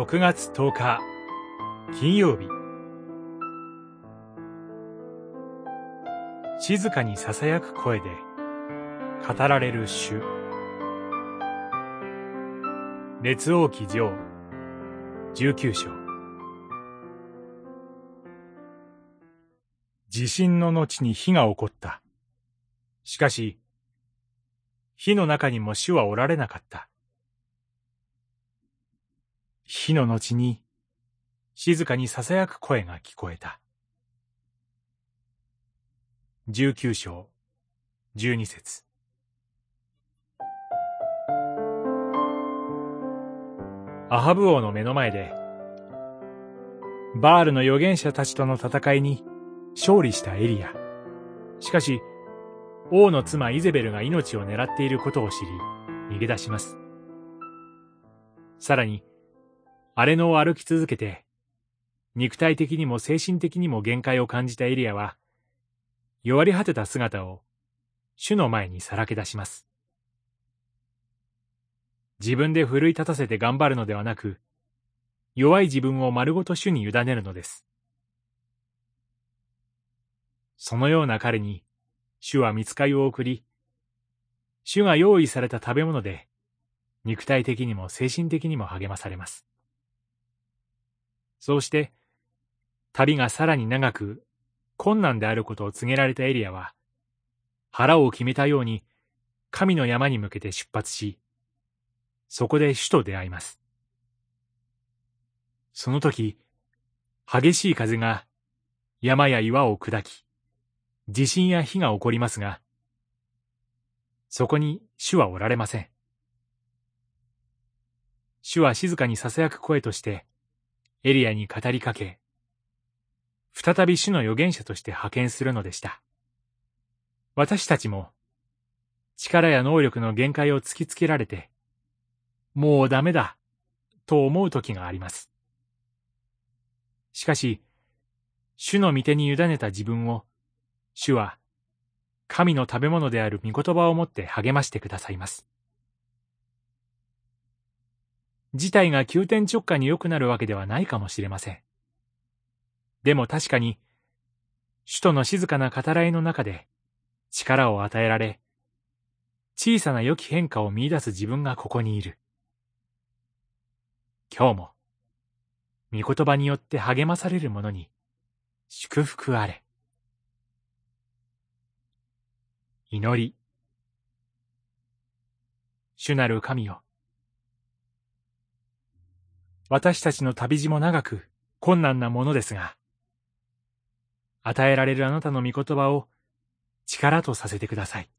6月10日金曜日。静かにささやく声で語られる主。列王記上19章。地震の後に火が起こった。しかし火の中にも主はおられなかった。火の後に静かにささやく声が聞こえた。19章12節。アハブ王の目の前でバールの預言者たちとの戦いに勝利したエリア。しかし王の妻イゼベルが命を狙っていることを知り逃げ出します。さらに荒れ野を歩き続けて肉体的にも精神的にも限界を感じたエリアは弱り果てた姿を主の前にさらけ出します。自分で奮い立たせて頑張るのではなく、弱い自分を丸ごと主に委ねるのです。そのような彼に主は御使いを送り、主が用意された食べ物で肉体的にも精神的にも励まされます。そうして旅がさらに長く困難であることを告げられたエリアは、腹を決めたように神の山に向けて出発し、そこで主と出会います。その時、激しい風が山や岩を砕き、地震や火が起こりますが、そこに主はおられません。主は静かにささやく声としてエリアに語りかけ、再び主の預言者として派遣するのでした。私たちも力や能力の限界を突きつけられて、もうダメだと思う時があります。しかし、主の御手に委ねた自分を、主は神の食べ物である御言葉をもって励ましてくださいます。事態が急転直下に良くなるわけではないかもしれません。でも確かに、主との静かな語らいの中で力を与えられ、小さな良き変化を見出す自分がここにいる。今日も、御言葉によって励まされる者に祝福あれ。祈り。主なる神よ。私たちの旅路も長く困難なものですが、与えられるあなたの御言葉を力とさせてください。